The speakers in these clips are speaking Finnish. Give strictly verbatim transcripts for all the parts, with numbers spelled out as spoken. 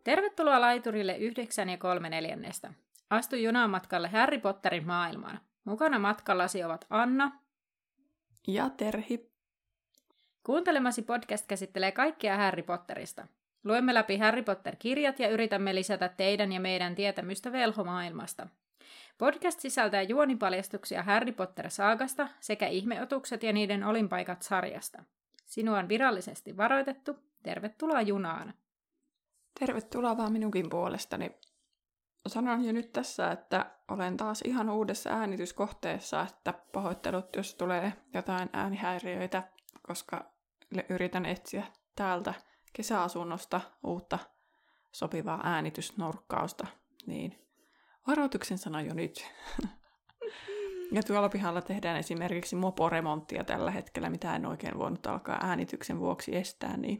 Tervetuloa laiturille yhdeksän ja kolme neljännestä. Astu junamatkalle Harry Potterin maailmaan. Mukana matkallasi ovat Anna ja Terhi. Kuuntelemasi podcast käsittelee kaikkea Harry Potterista. Luemme läpi Harry Potter-kirjat ja yritämme lisätä teidän ja meidän tietämystä velhomaailmasta. Podcast sisältää juonipaljastuksia Harry Potter-saagasta sekä ihmeotukset ja niiden olinpaikat sarjasta. Sinua on virallisesti varoitettu. Tervetuloa junaan! Tervetuloa vaan minunkin puolestani. Sanon jo nyt tässä, että olen taas ihan uudessa äänityskohteessa, että pahoittelut, jos tulee jotain äänihäiriöitä, koska yritän etsiä täältä kesäasunnosta uutta sopivaa äänitysnurkkausta, niin varoituksen sanon jo nyt. Ja tuolla pihalla tehdään esimerkiksi moporemonttia tällä hetkellä, mitä en oikein voinut alkaa äänityksen vuoksi estää, niin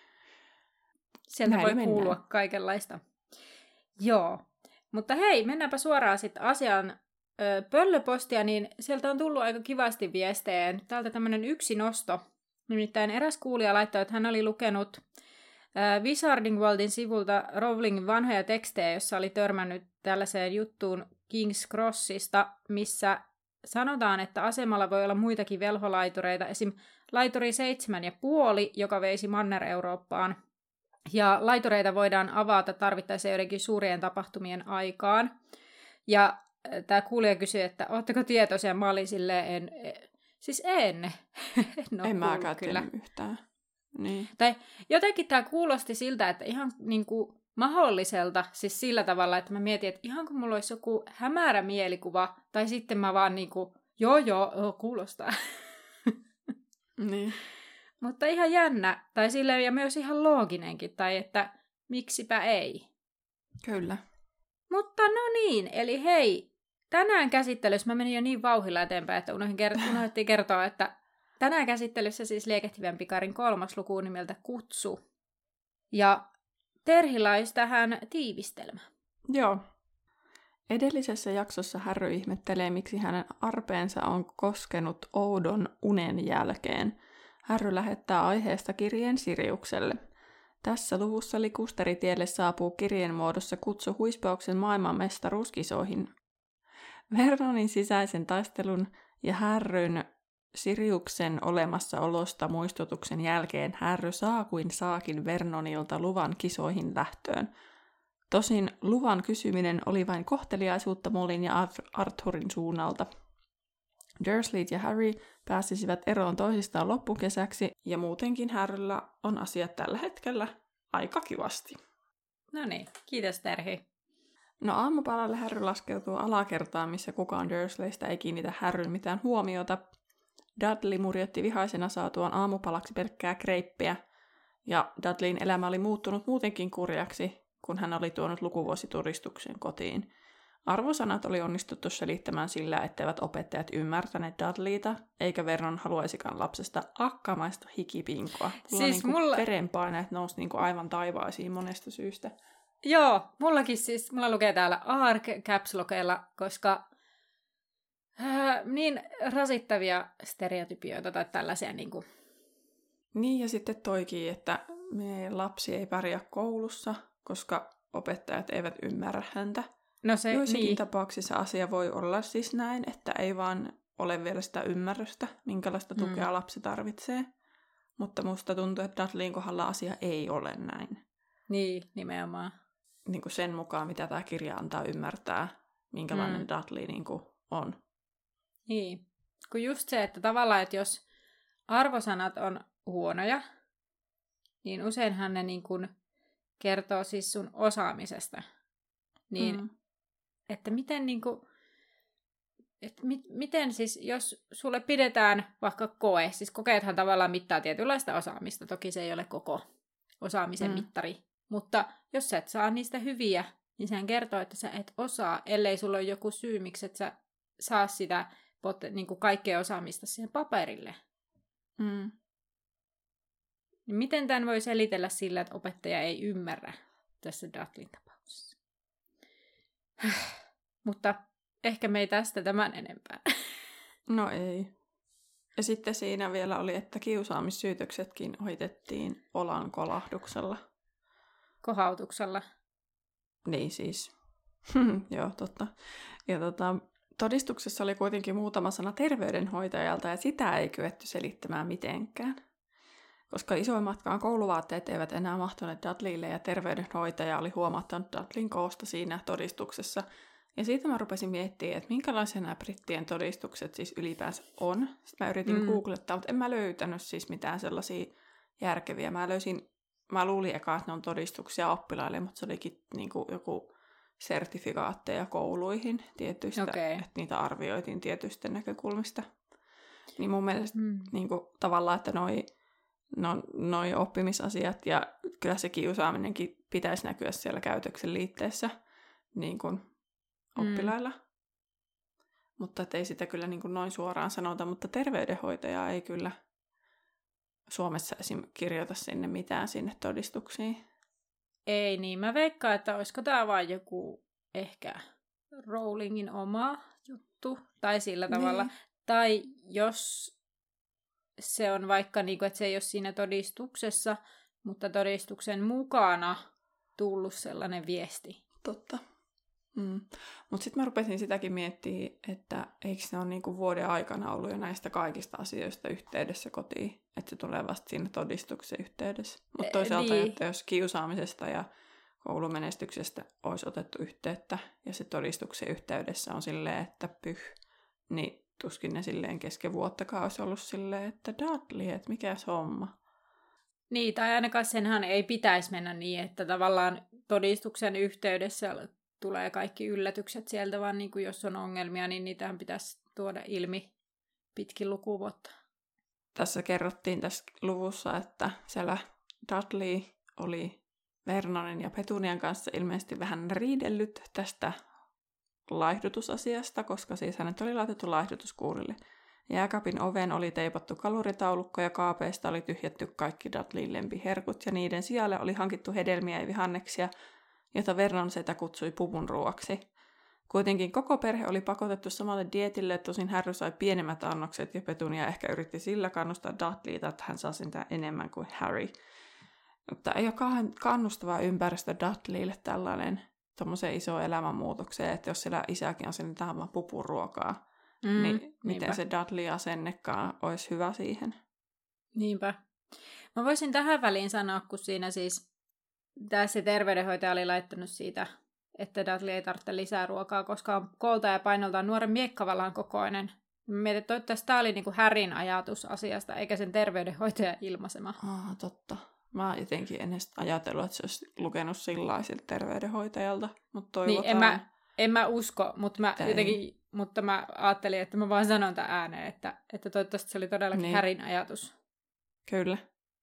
sieltä voi mennään. Kuulua kaikenlaista. Joo, mutta hei, mennäänpä suoraan sitten asian ö, pöllöpostia, niin sieltä on tullut aika kivasti viesteen. Täältä tämmöinen yksi nosto. Nimittäin eräs kuulija laittoi, että hän oli lukenut ö, Wizarding Worldin sivulta Rowlingin vanhoja tekstejä, jossa oli törmännyt tällaiseen juttuun King's Crossista, missä sanotaan, että asemalla voi olla muitakin velholaitureita, esim. Laituri seitsemän ja puoli, joka veisi Manner-Eurooppaan. Ja laitureita voidaan avata tarvittaessa joidenkin suurien tapahtumien aikaan. Ja tämä kuulija kysyi, että ootteko tietoisia? Mä olin silleen, en, siis en. en en mäkään tiennyt yhtään. Niin. Tai jotenkin tämä kuulosti siltä, että ihan niin kuin mahdolliselta, siis sillä tavalla, että mä mietin, että ihan kun mulla olisi joku hämärä mielikuva, tai sitten mä vaan niin kuin, joo joo, joo kuulostaa. Niin. Mutta ihan jännä, tai silleen, ja myös ihan looginenkin, tai että miksipä ei. Kyllä. Mutta no niin, eli hei, tänään käsittelyssä, mä menin jo niin vauhdilla eteenpäin, että unohdettiin kertoa, että tänään käsittelyssä siis Liekehtivän pikarin kolmas luku nimeltä Kutsu. Ja Terhillä olisi tähän tiivistelmä. Joo. Edellisessä jaksossa Harry ihmettelee, miksi hänen arpeensa on koskenut oudon unen jälkeen. Harry lähettää aiheesta kirjeen Siriukselle. Tässä luvussa Likusteritielle saapuu kirjeen muodossa kutsu huispauksen maailmanmestaruuskisoihin. Vernonin sisäisen taistelun ja Harryn Siriuksen olemassaolosta muistutuksen jälkeen Harry saa kuin saakin Vernonilta luvan kisoihin lähtöön. Tosin luvan kysyminen oli vain kohteliaisuutta Mollin ja Arthurin suunnalta. Dursleyt ja Harry pääsisivät eroon toisistaan loppukesäksi, ja muutenkin Harryllä on asiat tällä hetkellä aika kivasti. No niin, kiitos Terhi. No aamupalalle Harry laskeutuu alakertaan, missä kukaan Dursleystä ei kiinnitä Harryn mitään huomiota. Dudley murjotti vihaisena saatuaan aamupalaksi pelkkää kreippiä, ja Dudleyn elämä oli muuttunut muutenkin kurjaksi, kun hän oli tuonut lukuvuosituristuksen kotiin. Arvosanat oli onnistuttu selittämään sillä, etteivät opettajat ymmärtäneet Dudleyta, eikä Vernon haluaisikaan lapsesta akkamaista hikipinkoa. Mulla siis niinku mulla verenpaineet nousi niinku aivan taivaisiin monesta syystä. Joo, mullakin siis, mulla lukee täällä A R C caps lockilla, koska äh, niin rasittavia stereotypioita tai tällaisia niinku. Niin, ja sitten toikin, että meidän lapsi ei pärjää koulussa, koska opettajat eivät ymmärrä häntä. No se, Joissakin niin. tapauksissa asia voi olla siis näin, että ei vaan ole vielä sitä ymmärrystä, minkälaista tukea mm. lapsi tarvitsee. Mutta musta tuntuu, että Dudleyn kohdalla asia ei ole näin. Niin, nimenomaan. Niin kuin sen mukaan, mitä tämä kirja antaa ymmärtää, minkälainen mm. Dudley niin kuin on. Niin, kun just se, että tavallaan, että jos arvosanat on huonoja, niin useinhan ne niin kuin kertoo siis sun osaamisesta. Niin, mm. että miten niinku, että mi, miten siis, jos sulle pidetään vaikka koe, siis kokeethan tavallaan mittaa tietynlaista osaamista, toki se ei ole koko osaamisen mm. mittari, mutta jos sä et saa niistä hyviä, niin sehän kertoo, että sä et osaa, ellei sulla ole joku syy, miksi et sä saa sitä niinku kaikkea osaamista siihen paperille. Mm. Niin miten tämän voi selitellä sillä, että opettaja ei ymmärrä tässä Dudleyn tapauksessa? Mutta ehkä me ei tästä tämän enempää. No ei. Ja sitten siinä vielä oli, että kiusaamissyytöksetkin ohitettiin olan kolahduksella. kohautuksella. Niin siis. Joo, totta. Ja tota, todistuksessa oli kuitenkin muutama sana terveydenhoitajalta, ja sitä ei kyetty selittämään mitenkään. Koska isoimmatkaan kouluvaatteet eivät enää mahtuneet Dudleylle, ja terveydenhoitaja oli huomattanut Dudleyn koosta siinä todistuksessa. Ja siitä mä rupesin miettimään, että minkälaisia nämä brittien todistukset siis ylipäänsä on. Sitten mä yritin mm. googlettaa, mutta en mä löytänyt siis mitään sellaisia järkeviä. Mä löysin, mä luulin eka, että ne on todistuksia oppilaille, mutta se olikin niin kuin joku sertifikaatteja kouluihin tietyistä, okay. Että niitä arvioitiin tietyistä näkökulmista. Niin mun mielestä mm. niin kuin, tavallaan, että noi, no, noi oppimisasiat ja kyllä se kiusaaminenkin pitäisi näkyä siellä käytöksen liitteessä niin kuin oppilailla. Mm. Mutta ei sitä kyllä niin kuin noin suoraan sanota, mutta terveydenhoitaja ei kyllä Suomessa esim. Kirjoita sinne mitään sinne todistuksiin. Ei niin. Mä veikkaan, että olisiko tämä vain joku ehkä Rowlingin oma juttu. Tai sillä niin. tavalla. Tai jos se on vaikka, niin kuin, että se ei ole siinä todistuksessa, mutta todistuksen mukana tullut sellainen viesti. Totta. Mm. Mutta sitten mä rupesin sitäkin miettimään, että eikö ne ole niinku vuoden aikana ollut jo näistä kaikista asioista yhteydessä kotiin, että se tulee vasta siinä todistuksen yhteydessä. Mutta toisaalta, niin. Että jos kiusaamisesta ja koulumenestyksestä olisi otettu yhteyttä ja se todistuksen yhteydessä on silleen, että pyh, niin tuskin ne silleen kesken vuottakaan olisi ollut silleen, että Dudley, että mikä se homma. Niin, tai ainakaan senhän ei pitäisi mennä niin, että tavallaan todistuksen yhteydessä tulee kaikki yllätykset sieltä, vaan niin kuin jos on ongelmia, niin niitähän pitäisi tuoda ilmi pitkin lukuvuotta. Tässä kerrottiin tässä luvussa, että siellä Dudley oli Vernonin ja Petunian kanssa ilmeisesti vähän riidellyt tästä laihdutusasiasta, koska siis hänet oli laitettu laihdutuskuurille. Jääkaapin oven oli teipattu kaloritaulukko ja kaapeista oli tyhjätty kaikki Dudleyn lempiherkut ja niiden sijalle oli hankittu hedelmiä ja vihanneksia, jota Vernon setä kutsui puvun ruoaksi. Kuitenkin koko perhe oli pakotettu samalle dietille, tosin Harry sai pienemmät annokset ja Petunia ehkä yritti sillä kannustaa Dudleyta, että hän saa sitä enemmän kuin Harry. Mutta ei ole kannustava ympäristö Dudleylle tällainen tommoseen isoon elämänmuutokseen, että jos siellä isäkin asennetaan vaan pupuruokaa, mm, niin niinpä. Miten se Dudley-asennekaan olisi hyvä siihen? Niinpä. Mä voisin tähän väliin sanoa, kun siinä siis tässä terveydenhoitaja oli laittanut siitä, että Dudley ei tarvitse lisää ruokaa, koska on koolta ja painoltaan nuoren miekkavallaan kokoinen. Mä mietin, että toivottavasti tämä oli niin kuin Harryn ajatus asiasta, eikä sen terveydenhoitaja ilmaisema. Ah, totta. Mä jotenkin en edes ajatellut, että se olisi lukenut sillaisilta terveydenhoitajalta, mutta toivotaan. Niin, en mä, en mä usko, mutta mä, jotenkin, mutta mä ajattelin, että mä vaan sanon tämän ääneen, että, että toivottavasti se oli todellakin niin. Harryn ajatus. Kyllä.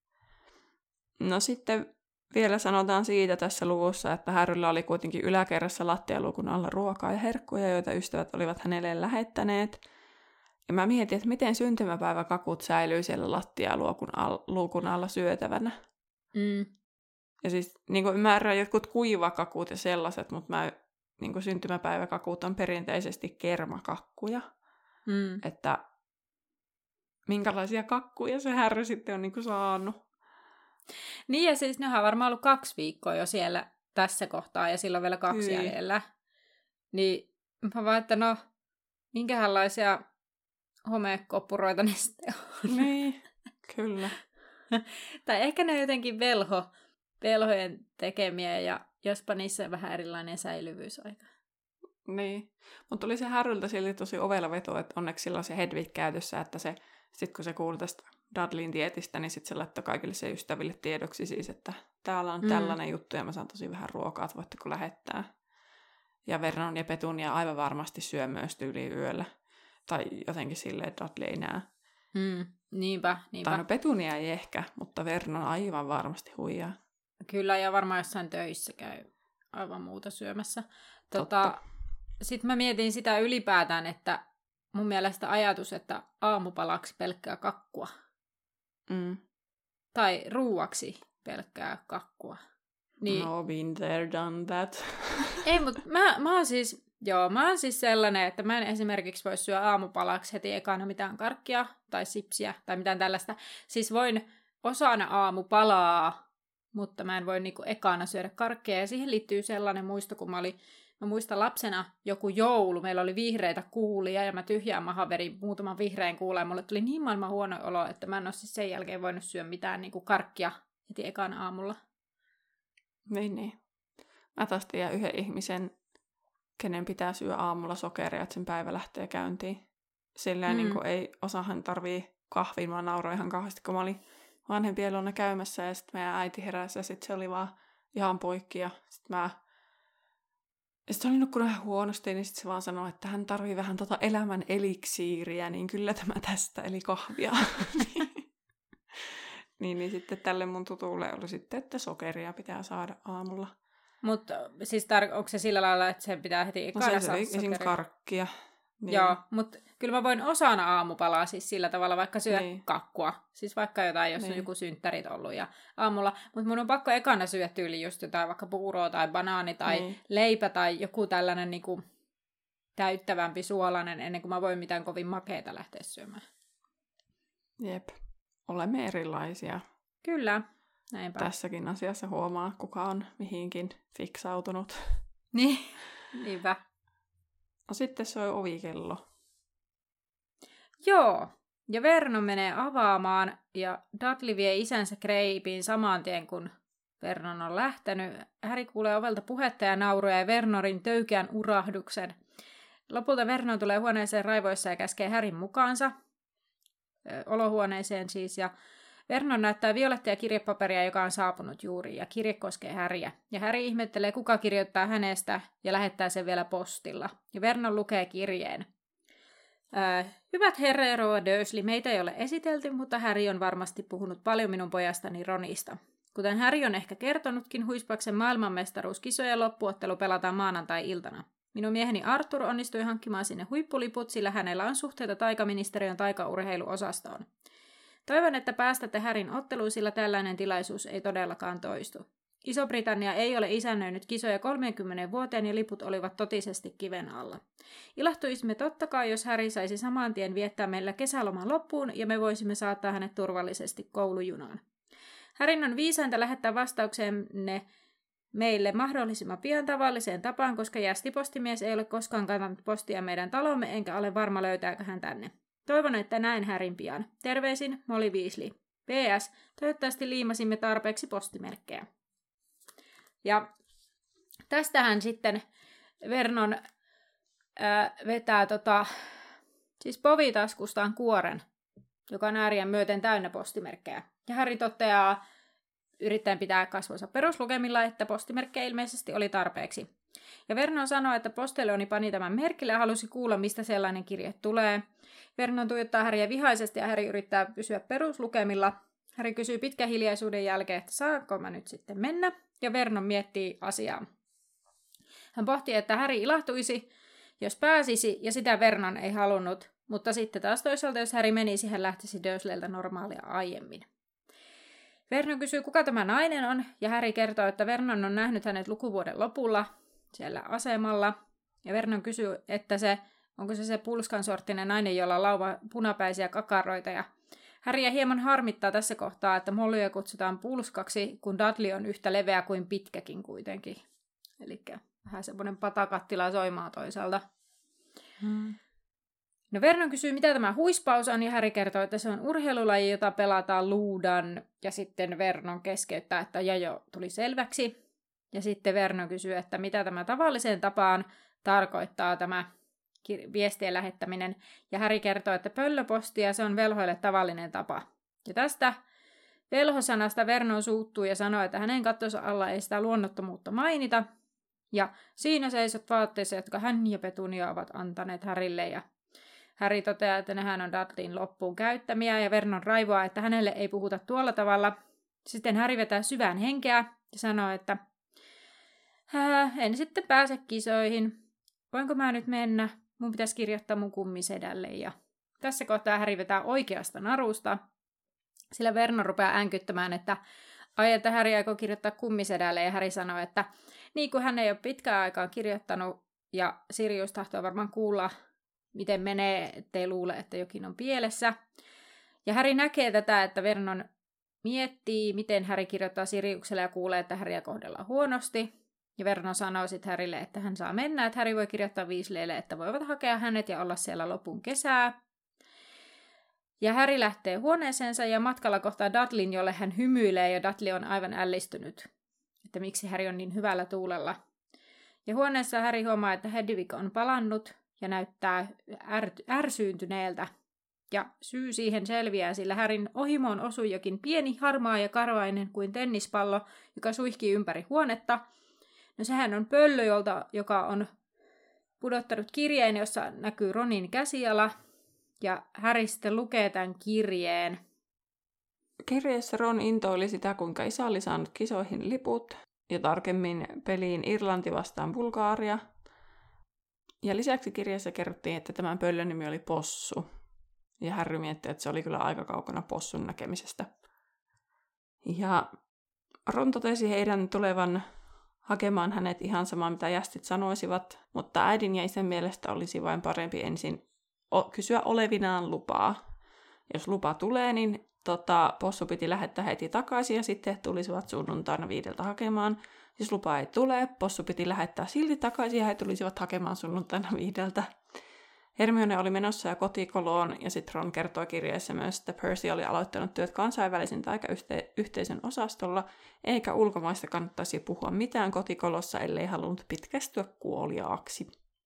No sitten vielä sanotaan siitä tässä luvussa, että Harryllä oli kuitenkin yläkerrassa lattialuukun alla ruokaa ja herkkuja, joita ystävät olivat hänelle lähettäneet. Ja mä mietin, että miten syntymäpäiväkakut säilyy siellä lattialuukun alla syötävänä. Mm. Ja siis niin kuin ymmärrän jotkut kuivakakut ja sellaiset, mutta mä, niin kuin syntymäpäiväkakut on perinteisesti kermakakkuja. Mm. Että minkälaisia kakkuja se Harry sitten on niin kuin saanut. Niin ja siis nehän on varmaan ollut kaksi viikkoa jo siellä tässä kohtaa ja silloin vielä kaksi Hyi. jäljellä. Niin mä vaan, että no, minkälaisia homekoppuroita ne sitten on. Niin, kyllä. Tai ehkä ne on jotenkin velho, velhojen tekemiä ja jospa niissä on vähän erilainen säilyvyysaika. Niin, mutta tuli se Harryltä silti tosi ovella veto, että onneksi sillä on se Hedwig käytössä, että se, sit kun se kuuli tästä Dudleyn dietistä, niin sitten se laittoi kaikille se ystäville tiedoksi siis, että täällä on mm. tällainen juttu ja mä saan tosi vähän ruokaa, että voitteko lähettää. Ja Vernon ja Petunia aivan varmasti syö myös tyyliin yöllä. Tai jotenkin silleen, että Dudley ei näe. Mm, niinpä, niinpä. Tai no Petunia ei ehkä, mutta Vernon aivan varmasti huijaa. Kyllä, ja varmaan jossain töissä käy aivan muuta syömässä. Tota, Sitten mä mietin sitä ylipäätään, että mun mielestä ajatus, että aamupalaksi pelkkää kakkua. Mm. Tai ruuaksi pelkkää kakkua. Niin, no, been there, done that. Ei, mutta mä, mä oon siis, joo, mä oon siis sellainen, että mä en esimerkiksi voi syödä aamupalaksi heti ekana mitään karkkia tai sipsiä tai mitään tällaista. Siis voin osana aamupalaa mutta mä en voi niinku ekana syödä karkkia. Ja siihen liittyy sellainen muisto, kun mä olin, mä muistan lapsena joku joulu, meillä oli vihreitä kuulia ja mä tyhjään maha verin muutaman vihreän kuuleen. Mulle tuli niin maailman huono olo, että mä en ole siis sen jälkeen voinut syödä mitään niinku karkkia heti ekana aamulla. Niin, niin. Mä taas tiedän yhden ihmisen, kenen pitää syödä aamulla sokeria, että sen päivä lähtee käyntiin. Silleen mm. niin ei osahan tarvii kahvin, vaan nauroi ihan kauheasti, kun mä olin vanhempien luona käymässä ja sitten meidän äiti heräsi ja sitten se oli vaan ihan poikki ja sitten mä... Ja sitten se oli nukkunut ihan huonosti, niin sitten se vaan sanoi, että hän tarvii vähän tota elämän eliksiiriä, niin kyllä tämä tästä, eli kahvia. niin, niin sitten tälle mun tutulle oli sitten, että sokeria pitää saada aamulla. Mutta siis tar- onko se sillä lailla, että sen pitää heti ekana no, saada sokeria? Esimerkiksi karkkia. Niin. Joo, mutta kyllä mä voin osana aamupalaa siis sillä tavalla vaikka syödä niin. kakkua. Siis vaikka jotain, jos niin. on joku synttärit ollut ja aamulla. Mutta mun on pakko ekana syödä tyyli just jotain vaikka puuroa tai banaani tai niin. leipä tai joku tällainen niinku täyttävämpi suolainen ennen kuin mä voin mitään kovin makeita lähteä syömään. Jep, olemme erilaisia. Kyllä, näinpä. Tässäkin asiassa huomaa, kuka on mihinkin fiksautunut. Niin, niinpä. No sitten soi ovikello. Joo, ja Vernon menee avaamaan, ja Dudley vie isänsä Grapein saman tien, kun Vernon on lähtenyt. Harry kuulee ovelta puhetta ja nauruja ja Vernonin töykeän urahduksen. Lopulta Vernon tulee huoneeseen raivoissa ja käskee Harryn mukaansa, ö, olohuoneeseen siis, ja Vernon näyttää violettia kirjepaperia, joka on saapunut juuri, ja kirje koskee Harryä. Ja Harry ihmettelee, kuka kirjoittaa hänestä, ja lähettää sen vielä postilla. Ja Vernon lukee kirjeen. Öö, Hyvät herra ja rouva Dursley, meitä ei ole esitelty, mutta Harry on varmasti puhunut paljon minun pojastani Ronista. Kuten Harry on ehkä kertonutkin, Huispaksen maailmanmestaruuskisojen loppuottelu pelataan maanantai-iltana. Minun mieheni Arthur onnistui hankkimaan sinne huippuliput, sillä hänellä on suhteita taikaministeriön taikaurheiluosastoon. Toivon, että päästätte Harryn otteluun, sillä tällainen tilaisuus ei todellakaan toistu. Iso-Britannia ei ole isännöinyt kisoja kolmeenkymmeneen vuoteen ja liput olivat totisesti kiven alla. Ilahtuisimme totta kai, jos Harry saisi saman tien viettää meillä kesäloman loppuun ja me voisimme saattaa hänet turvallisesti koulujunaan. Harryn on viisainta lähettää vastauksenne meille mahdollisimman pian tavalliseen tapaan, koska jästipostimies ei ole koskaan kantanut postia meidän talomme, enkä ole varma löytääkö hän tänne. Toivon, että näin Harryn pian. Terveisin, Molly Weasley. P S. Toivottavasti liimasimme tarpeeksi postimerkkejä. Ja tästähän sitten Vernon ää, vetää tota, siis povitaskustaan kuoren, joka on äärien myöten täynnä postimerkkejä. Ja Harry toteaa, yrittäen pitää kasvonsa peruslukemilla, että postimerkkejä ilmeisesti oli tarpeeksi. Ja Vernon sanoi, että Posteleoni pani tämän merkille ja halusi kuulla, mistä sellainen kirje tulee. Vernon tuijottaa Harryä vihaisesti ja Harry yrittää pysyä peruslukemilla. Harry kysyy pitkän hiljaisuuden jälkeen, että saanko mä nyt sitten mennä, ja Vernon miettii asiaa. Hän pohtii, että Harry ilahtuisi, jos pääsisi, ja sitä Vernon ei halunnut, mutta sitten taas toisaalta, jos Harry menisi, hän lähtisi Dursleyltä normaalia aiemmin. Vernon kysyy, kuka tämä nainen on, ja Harry kertoo, että Vernon on nähnyt hänet lukuvuoden lopulla siellä asemalla, ja Vernon kysyy, että se, onko se se pulskan sorttinen nainen, jolla on lauva punapäisiä kakaroita, ja Harryä hieman harmittaa tässä kohtaa, että Mollyä kutsutaan pulskaksi, kun Dudley on yhtä leveä kuin pitkäkin kuitenkin. Eli vähän semmoinen patakattila soimaa toisaalta. Hmm. No Vernon kysyy, mitä tämä huispaus on, ja Harry kertoo, että se on urheilulaji, jota pelataan luudan, ja sitten Vernon keskeyttää, että jajo tuli selväksi. Ja sitten Vernon kysyy, että mitä tämä tavalliseen tapaan tarkoittaa tämä viestien lähettäminen, ja Harry kertoo, että pöllöpostia se on velhoille tavallinen tapa. Ja tästä velhosanasta Vernon suuttuu ja sanoo, että hänen kattonsa alla ei sitä luonnottomuutta mainita, ja siinä seisot vaatteessa, jotka hän ja Petunia ovat antaneet Harrylle, ja Harry toteaa, että nehän on Dudleyn loppuun käyttämiä, ja Vernon raivoaa, että hänelle ei puhuta tuolla tavalla. Sitten Harry vetää syvään henkeä ja sanoo, että en sitten pääse kisoihin. Voinko mä nyt mennä? Mun pitäisi kirjoittaa mun kummisedälle. Ja tässä kohtaa Harry vetää oikeasta narusta, sillä Vernon rupeaa äänkyttämään, että ai, että Harry aikoo kirjoittaa kummisedälle, ja Harry sanoo, että niin kuin hän ei ole pitkään aikaan kirjoittanut, ja Sirius tahtoo varmaan kuulla, miten menee, ettei luule, että jokin on pielessä. Ja Harry näkee tätä, että Vernon miettii, miten Harry kirjoittaa Siriukselle ja kuulee, että Harryä kohdellaan huonosti. Ja Vernon sanoo sitten Harrylle, että hän saa mennä, että Harry voi kirjoittaa Weasleylle, että voivat hakea hänet ja olla siellä lopun kesää. Ja Harry lähtee huoneeseensa ja matkalla kohtaa Dudleyn, jolle hän hymyilee ja Dudley on aivan ällistynyt, että miksi Harry on niin hyvällä tuulella. Ja huoneessa Harry huomaa, että Hedwig on palannut ja näyttää ärt- ärsyyntyneeltä. Ja syy siihen selviää, sillä Harryn ohimoon osui jokin pieni, harmaa ja karvainen kuin tennispallo, joka suihkii ympäri huonetta. No sehän on pöllö, jolta, joka on pudottanut kirjeen, jossa näkyy Ronin käsiala. Ja Harry sitten lukee tämän kirjeen. Kirjeessä Ron intoili sitä, kuinka isä oli saanut kisoihin liput, ja tarkemmin peliin Irlanti vastaan Bulgaaria. Ja lisäksi kirjassa kerrottiin, että tämän pöllön nimi oli Possu. Ja Harry mietti, että se oli kyllä aika kaukana possun näkemisestä. Ja Ron totesi heidän tulevan hakemaan hänet ihan sama, mitä jästit sanoisivat, mutta äidin ja isän mielestä olisi vain parempi ensin kysyä olevinaan lupaa. Jos lupa tulee, niin tota, possu piti lähettää heti takaisin ja sitten tulisivat sunnuntaina viideltä hakemaan. Jos lupa ei tule, possu piti lähettää silti takaisin ja he tulisivat hakemaan sunnuntaina viideltä. Hermione oli menossa ja kotikoloon, ja sitten Ron kertoi kirjeessä myös, että Percy oli aloittanut työt kansainvälisen taikayhteisön osastolla, eikä ulkomaista kannattaisi puhua mitään kotikolossa, ellei halunnut pitkästyä kuoliaaksi.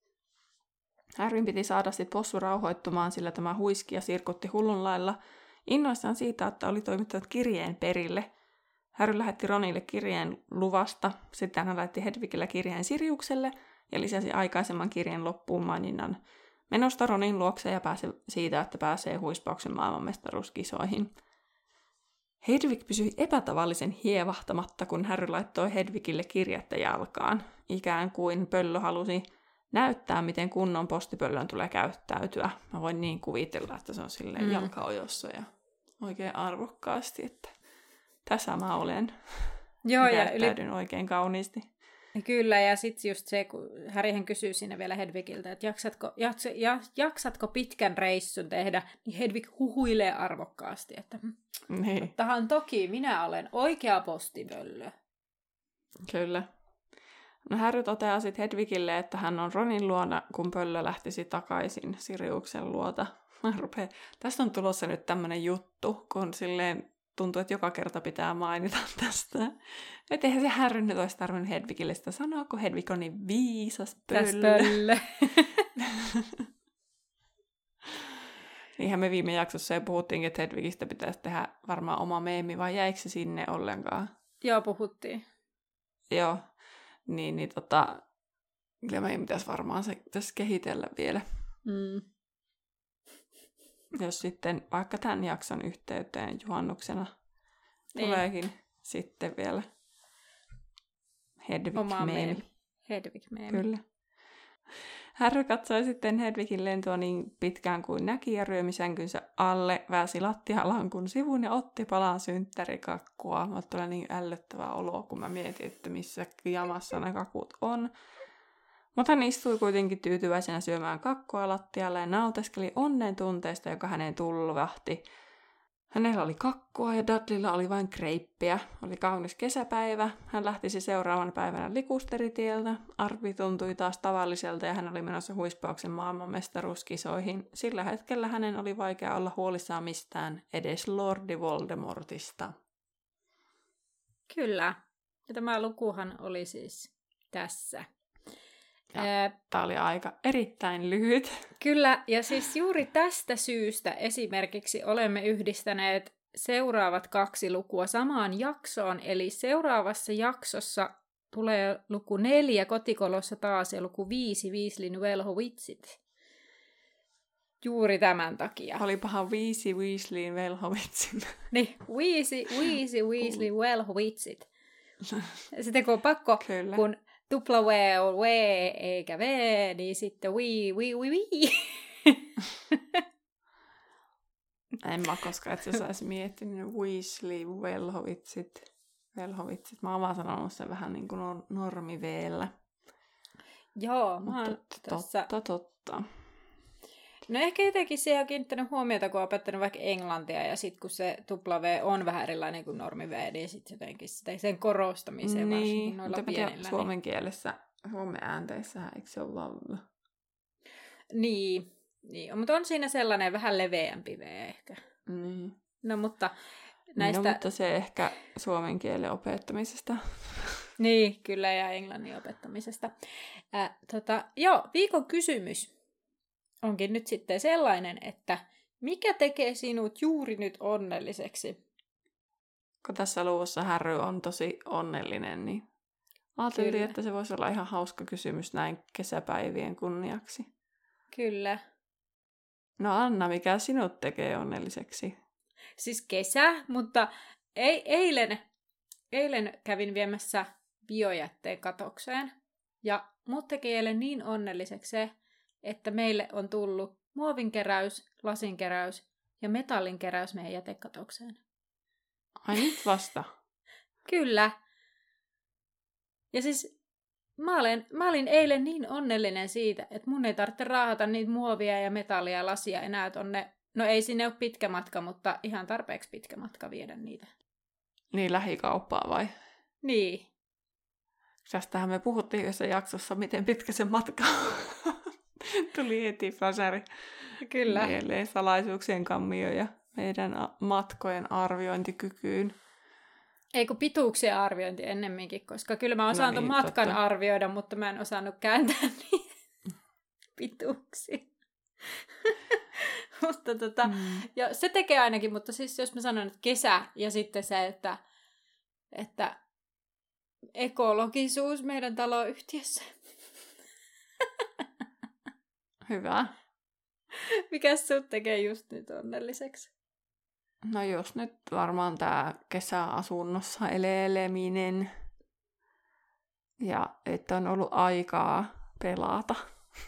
Harryn piti saada sitten possu rauhoittumaan, sillä tämä huiski ja sirkutti hullun lailla, innoissaan siitä, että oli toimittanut kirjeen perille. Harry lähetti Ronille kirjeen luvasta, sitten hän lähetti Hedwigille kirjeen Siriukselle, ja lisäsi aikaisemman kirjeen loppuun maininnan menosta Ronin luokse ja pääse siitä, että pääsee huispauksen maailmanmestaruuskisoihin. Hedwig pysyi epätavallisen hievahtamatta, kun Harry laittoi Hedwigille kirjettä jalkaan. Ikään kuin pöllö halusi näyttää, miten kunnon postipöllön tulee käyttäytyä. Mä voin niin kuvitella, että se on silleen mm. jalkaojossa ja oikein arvokkaasti, että tässä mä olen. Joo, ja yli... oikein kauniisti. Kyllä, ja sitten just se, kun Harryhän kysyy siinä vielä Hedwigiltä, että jaksatko, jaks, jaksatko pitkän reissun tehdä, niin Hedwig huhuilee arvokkaasti, että niin. Tahan toki minä olen oikea postipöllö. Kyllä. No Harry toteaa sitten Hedwigille, että hän on Ronin luona, kun pöllö lähtisi takaisin Siriuksen luota. Mä rupean... Tästä on tulossa nyt tämmönen juttu, kun silleen tuntuu, että joka kerta pitää mainita tästä. Että eihän se Harry nyt olisi tarvinnut Hedwigille sitä sanoa, kun Hedwig on niin viisas pöllö. pöllö. Niinhän me viime jaksossa jo puhuttiinkin, että Hedwigistä pitäisi tehdä varmaan oma meemi, vai jäikö se sinne ollenkaan? Joo, puhuttiin. Joo, niin, niin tota, kyllä meidän pitäisi varmaan se tässä kehitellä vielä. Mm. Jos sitten vaikka tämän jakson yhteyteen juhannuksena niin tuleekin sitten vielä Hedwig-meemi. Hedwig-meemi. Kyllä. Harry katsoi sitten Hedwigin lentoa niin pitkään kuin näki ja ryömi sänkynsä alle, väsi lattialankun sivun ja otti palan synttärikakkua. Mulle tulee niin ällöttävää oloa, kun mä mietin, että missä jamassa ne kakut on. Mutta hän istui kuitenkin tyytyväisenä syömään kakkua lattialle ja nauteskeli onnen tunteesta, joka häneen tulvahti. Hänellä oli kakkua ja Dudleylla oli vain kreippiä. Oli kaunis kesäpäivä. Hän lähtisi seuraavana päivänä Likusteritieltä. Arvi tuntui taas tavalliselta ja hän oli menossa huispauksen maailmanmestaruuskisoihin. Sillä hetkellä hänen oli vaikea olla huolissaan mistään, edes Lordi Voldemortista. Kyllä. Ja tämä lukuhan oli siis tässä. Tämä oli aika erittäin lyhyt. Kyllä, ja siis juuri tästä syystä esimerkiksi olemme yhdistäneet seuraavat kaksi lukua samaan jaksoon, eli seuraavassa jaksossa tulee luku neljä kotikolossa taas ja luku viisi Weasleyn velhovitsit. Juuri tämän takia. Olipahan viisi Weasleyn velhovitsit. Niin, viisi, viisi Weasleyn velhovitsit. Sitten kun on pakko, Kyllä. kun tupla W on W eikä V, niin sitten wii, wii, wii, wii. En mä koskaan itse asiassa olisi miettinyt Weasley, velhovitsit, velhovitsit. Mä oon vaan sanonut sen vähän niin kuin normi V:llä. Joo, mä oon totta, tossa... totta, totta. No ehkä jotenkin siihen on kiinnittänyt huomiota, kun on opettanut vaikka englantia, ja sitten kun se tupla V on vähän erilainen kuin normi V, niin sitten jotenkin sitä, sen korostamiseen niin, varsinkin noilla pienillä. Tiedä, suomen kielessä, suomen äänteissähän eikö se ole love? Niin, niin, mutta on siinä sellainen vähän leveämpi V ehkä. Niin. No mutta näistä... No mutta se ehkä suomen kielen opettamisesta. Niin, kyllä, ja englannin opettamisesta. Äh, tota, joo, viikon kysymys onkin nyt sitten sellainen, että mikä tekee sinut juuri nyt onnelliseksi? Kun tässä luvussa Harry on tosi onnellinen, niin ajattelin, Kyllä. että se voisi olla ihan hauska kysymys näin kesäpäivien kunniaksi. Kyllä. No Anna, mikä sinut tekee onnelliseksi? Siis kesä, mutta ei, eilen, eilen kävin viemässä biojätteen katokseen. Ja mut teki eilen niin onnelliseksi se, että meille on tullut muovinkeräys, lasinkeräys ja metallinkeräys meidän jätekatokseen. Ai nyt vasta? Kyllä. Ja siis mä olin, mä olin eilen niin onnellinen siitä, että mun ei tarvitse raahata niitä muovia ja metallia ja lasia enää tonne. No ei sinne ole pitkä matka, mutta ihan tarpeeksi pitkä matka viedä niitä. Niin, lähikauppaa vai? Niin. Tästähän me puhuttiin yhdessä jaksossa, miten pitkä se matka tuli heti flasari. Kyllä. Mieleen salaisuuksien kammio ja meidän matkojen arviointikykyyn. Ei kun pituuksien arviointi ennemminkin, koska kyllä mä osaan no niin, matkan totta. arvioida, mutta mä en osannut kääntää niitä pituuksia. mutta tota, mm. ja se tekee ainakin, mutta siis jos mä sanon, että kesä ja sitten se, että, että ekologisuus meidän taloyhtiössä. Hyvä. Mikäs sut tekee just nyt onnelliseksi? No jos nyt varmaan tää kesäasunnossa eleleminen ja että on ollut aikaa pelata.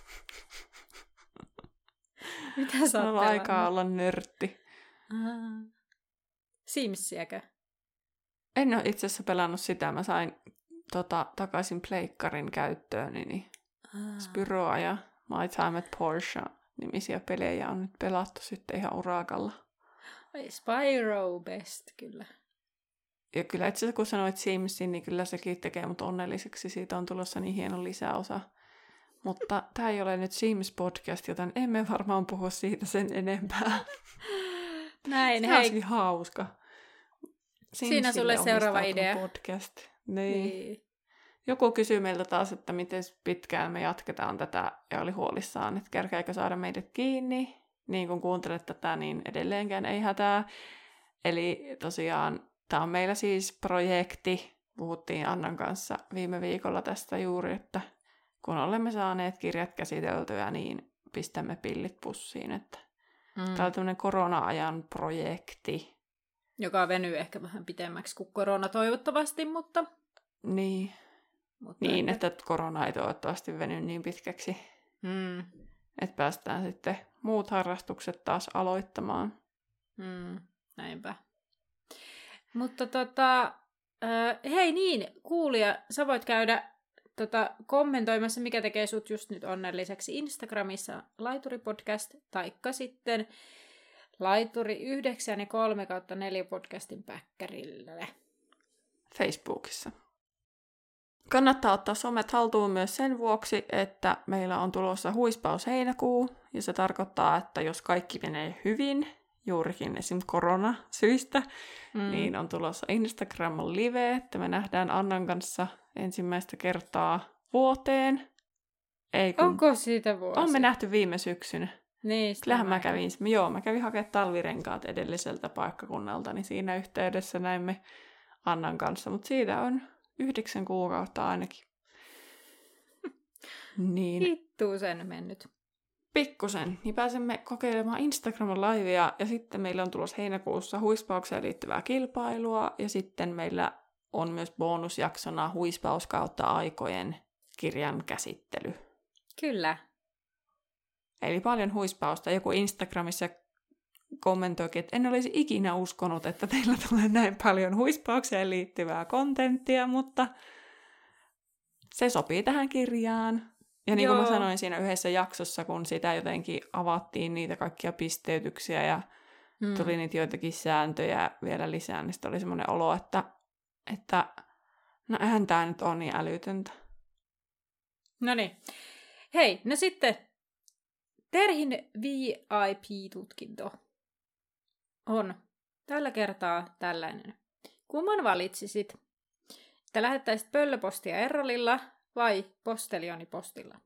Mitä sä oot on aikaa olla nörtti. Ah. Simsiäkö? En ole itse asiassa pelannut sitä. Mä sain tota, takaisin pleikkarin käyttöön, niin ah. Spyroa ja My Time at Porsche nimisiä pelejä on nyt pelattu sitten ihan urakalla. Ai Spyro best, kyllä. Ja kyllä itse asiassa kun sanoit Simsin, niin kyllä sekin tekee mut onnelliseksi. Siitä on tulossa niin hieno lisäosa. Mutta tämä ei ole nyt Sims-podcast, joten emme varmaan puhu siitä sen enempää. Näin, se hei. Olisi hauska. Simsille Siinä sulle seuraava idea. Podcast. Niin. niin. Joku kysyi meiltä taas, että miten pitkään me jatketaan tätä, ja oli huolissaan, että kerkeekö saada meidät kiinni. Niin kun kuuntelet tätä, niin edelleenkään ei hätää. Eli tosiaan tämä on meillä siis projekti. Puhuttiin Annan kanssa viime viikolla tästä juuri, että kun olemme saaneet kirjat käsiteltyä, niin pistämme pillit pussiin. Että mm. Tämä on tämmöinen korona-ajan projekti. Joka venyy ehkä vähän pitemmäksi kuin korona toivottavasti, mutta... Niin, mutta niin että... että korona ei toivottavasti veny niin pitkäksi. Mm. Että päästään sitten muut harrastukset taas aloittamaan. Mm, näinpä. Mutta tota, äh, hei niin, kuulija, sä voit käydä tota, kommentoimassa, mikä tekee sut just nyt onnelliseksi Instagramissa Laituripodcast, taikka sitten Laituri yhdeksän ja kolme kautta neljä podcastin päkkärille. Facebookissa. Kannattaa ottaa somet haltuun myös sen vuoksi, että meillä on tulossa huispaus heinäkuu, ja se tarkoittaa, että jos kaikki menee hyvin, juurikin esim. Koronasyistä, mm. niin on tulossa Instagram live, että me nähdään Annan kanssa ensimmäistä kertaa vuoteen. Ei, kun... Onko siitä vuosi? On me nähty viime syksynä. Niin, Kyllähän mä kävin, joo, mä kävin hakemaan talvirenkaat edelliseltä paikkakunnalta, niin siinä yhteydessä näimme Annan kanssa, mutta siitä on yhdeksän kuukautta ainakin. Niin. Hittuu sen mennyt. Pikkusen, niin pääsemme kokeilemaan Instagram-laivia, ja sitten meillä on tulossa heinäkuussa huispaukseen liittyvää kilpailua, ja sitten meillä on myös bonusjaksona huispaus kautta aikojen kirjan käsittely. Kyllä. Eli paljon huispausta. Joku Instagramissa kommentoikin, että en olisi ikinä uskonut, että teillä tulee näin paljon huispaukseen liittyvää kontenttia, mutta se sopii tähän kirjaan. Ja niin kuin mä sanoin siinä yhdessä jaksossa, kun sitä jotenkin avattiin niitä kaikkia pisteytyksiä ja hmm. tuli niitä joitakin sääntöjä vielä lisää, niin sitten oli semmoinen olo, että, että no eihän tää nyt ole niin älytöntä. No niin. Hei, no sitten Terhin V I P-tutkinto on tällä kertaa tällainen. Kumman valitsisit? Että lähettäisit pöllöpostia Errolilla vai postelionipostilla?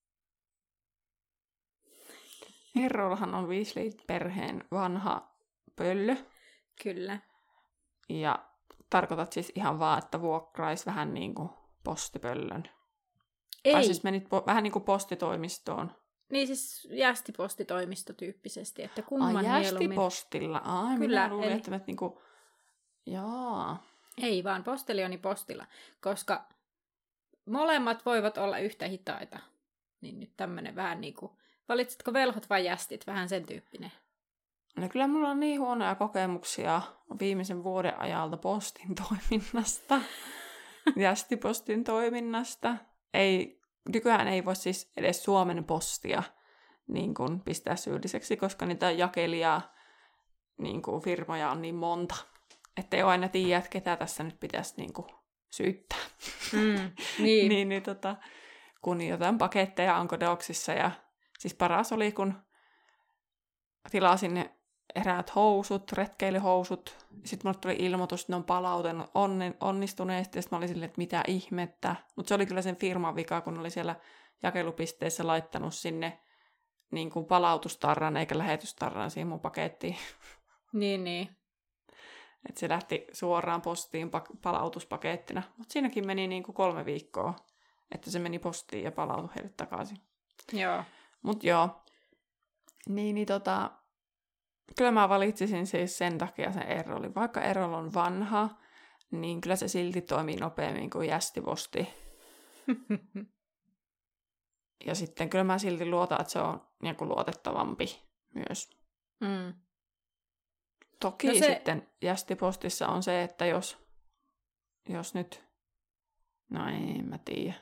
Errolhan on Weasley-perheen vanha pöllö. Kyllä. Ja tarkoitat siis ihan vaan, että vuokraisi vähän niin kuin postipöllön. Ei. Tai siis menit po- vähän niin kuin postitoimistoon. Niin siis jästipostitoimistotyyppisesti, että kumman Ai, mieluummin. jästipostilla. Ai, Kyllä, minä luulin, eli... että me niinku... Jaa. Ei vaan postelionipostilla, koska molemmat voivat olla yhtä hitaita. Niin nyt tämmönen vähän niinku, valitsitko velhot vai jästit? Vähän sen tyyppinen. No kyllä mulla on niin huonoja kokemuksia viimeisen vuoden ajalta postin toiminnasta. Jästipostin toiminnasta. Ei, nykyään ei voi siis edes Suomen postia niin kuin pistää syylliseksi, koska niitä jakelijaa niin kuin firmoja on niin monta. Että ei ole aina tiedä, että ketä tässä nyt pitäisi niin kuin syyttää. Mm, niin. niin, niin tota, kun jotain paketteja on kodoksissa. Ja siis paras oli, kun tilasin eräät housut, retkeilyhousut. Sitten mulle tuli ilmoitus, että ne on palautunut onni, onnistuneesti. Ja sitten mä olin silleen, että mitä ihmettä. Mutta se oli kyllä sen firman vika, kun oli siellä jakelupisteessä laittanut sinne niin kuin palautustarran eikä lähetystarran siihen mun pakettiin. Niin, niin. Että se lähti suoraan postiin pa- palautuspakettina. Mutta siinäkin meni niin kuin kolme viikkoa, että se meni postiin ja palautui heille takaisin. Joo. Mut joo. Niin, niin tota... Kyllä mä valitsisin siis sen takia sen Errolin. Vaikka Errol on vanha, niin kyllä se silti toimii nopeammin kuin jästiposti. Ja sitten kyllä mä silti luotan, että se on niin kuin luotettavampi myös. Mm. Toki no se... sitten jästipostissa on se, että jos, jos nyt... No en mä tiedä.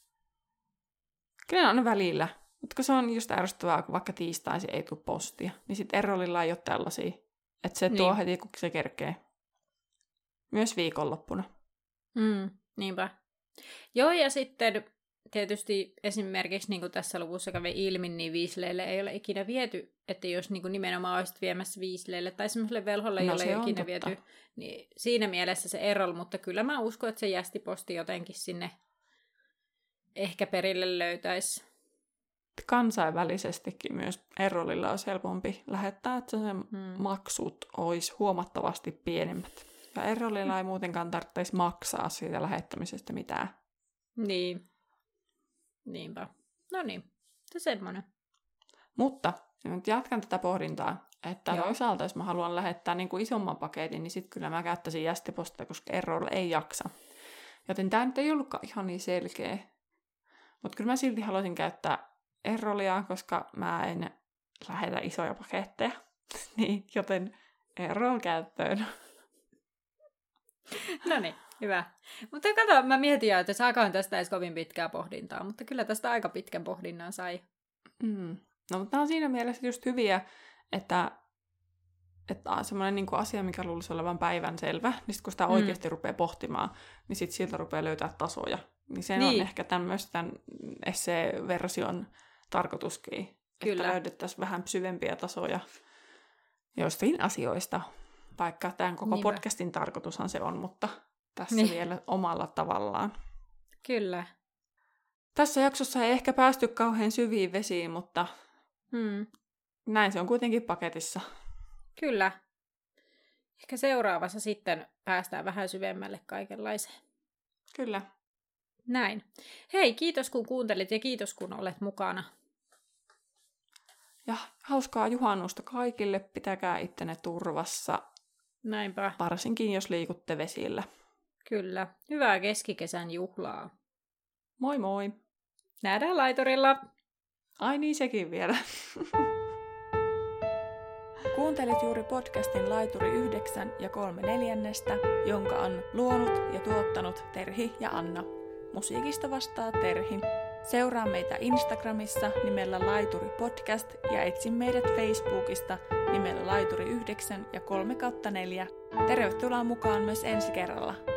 Kyllä on välillä. Mutta se on just ärsyttävää, kun vaikka tiistaisin ei tule postia. Niin sitten Errolilla ei ole tällaisia. Että se niin. tuo heti, kun se kerkee. Myös viikonloppuna. Mm, niinpä. Joo, ja sitten tietysti esimerkiksi niin kuin tässä luvussa kävi ilmi, niin Weasleylle ei ole ikinä viety, että jos niin kuin nimenomaan olisit viemässä Weasleylle tai semmoiselle velholle, no, jolle ei ikinä totta. viety, niin siinä mielessä se Errol, mutta kyllä mä uskon, että se jästiposti jotenkin sinne ehkä perille löytäisi. Kansainvälisestikin myös Errolilla olisi helpompi lähettää, että se hmm. maksut olisi huomattavasti pienemmät. Ja Errolilla ei muutenkaan tarvitsisi maksaa siitä lähettämisestä mitään. Niin. Niinpä. No niin, se semmoinen. Mutta nyt jatkan tätä pohdintaa, että Joo. toisaalta jos mä haluan lähettää niin kuin isomman paketin, niin sitten kyllä mä käyttäisin jästipostia, koska Errol ei jaksa. Joten tämä nyt ei ollutkaan ihan niin selkeä. Mutta kyllä mä silti haluaisin käyttää Errolia, koska mä en lähetä isoja paketteja. niin, joten Errol käyttöön. No niin, hyvä. Mutta kato, mä mietin jo, että saakaan tästä edes kovin pitkää pohdintaa, mutta kyllä tästä aika pitkän pohdinnan sai. Mm. No, mutta nämä on siinä mielessä just hyviä, että, että on semmoinen niin kuin asia, mikä luulisi olevan päivänselvä, niin sit kun sitä oikeasti mm. rupeaa pohtimaan, niin sitten siltä rupeaa löytää tasoja. Niin se niin. on ehkä myös tämän essee-version tarkoituskin, Kyllä. että löydettäisiin vähän syvempiä tasoja joistain asioista. Vaikka tämän koko Niinpä. podcastin tarkoitushan se on, mutta tässä niin. vielä omalla tavallaan. Kyllä. Tässä jaksossa ei ehkä päästy kauhean syviin vesiin, mutta hmm. näin se on kuitenkin paketissa. Kyllä. Ehkä seuraavassa sitten päästään vähän syvemmälle kaikenlaiseen. Kyllä. Näin. Hei, kiitos kun kuuntelit ja kiitos kun olet mukana. Ja hauskaa juhannusta kaikille. Pitäkää ittenne turvassa. Näinpä. Varsinkin jos liikutte vesillä. Kyllä. Hyvää keskikesän juhlaa. Moi moi. Nähdään laiturilla. Ai niin, sekin vielä. Kuuntelit juuri podcastin Laituri yhdeksän ja kolme neljännestä, jonka on luonut ja tuottanut Terhi ja Anna. Musiikista vastaa Terhi. Seuraa meitä Instagramissa nimellä Laituri Podcast ja etsi meidät Facebookista nimellä Laituri yhdeksän ja kolme kautta neljä. Tervetuloa mukaan myös ensi kerralla.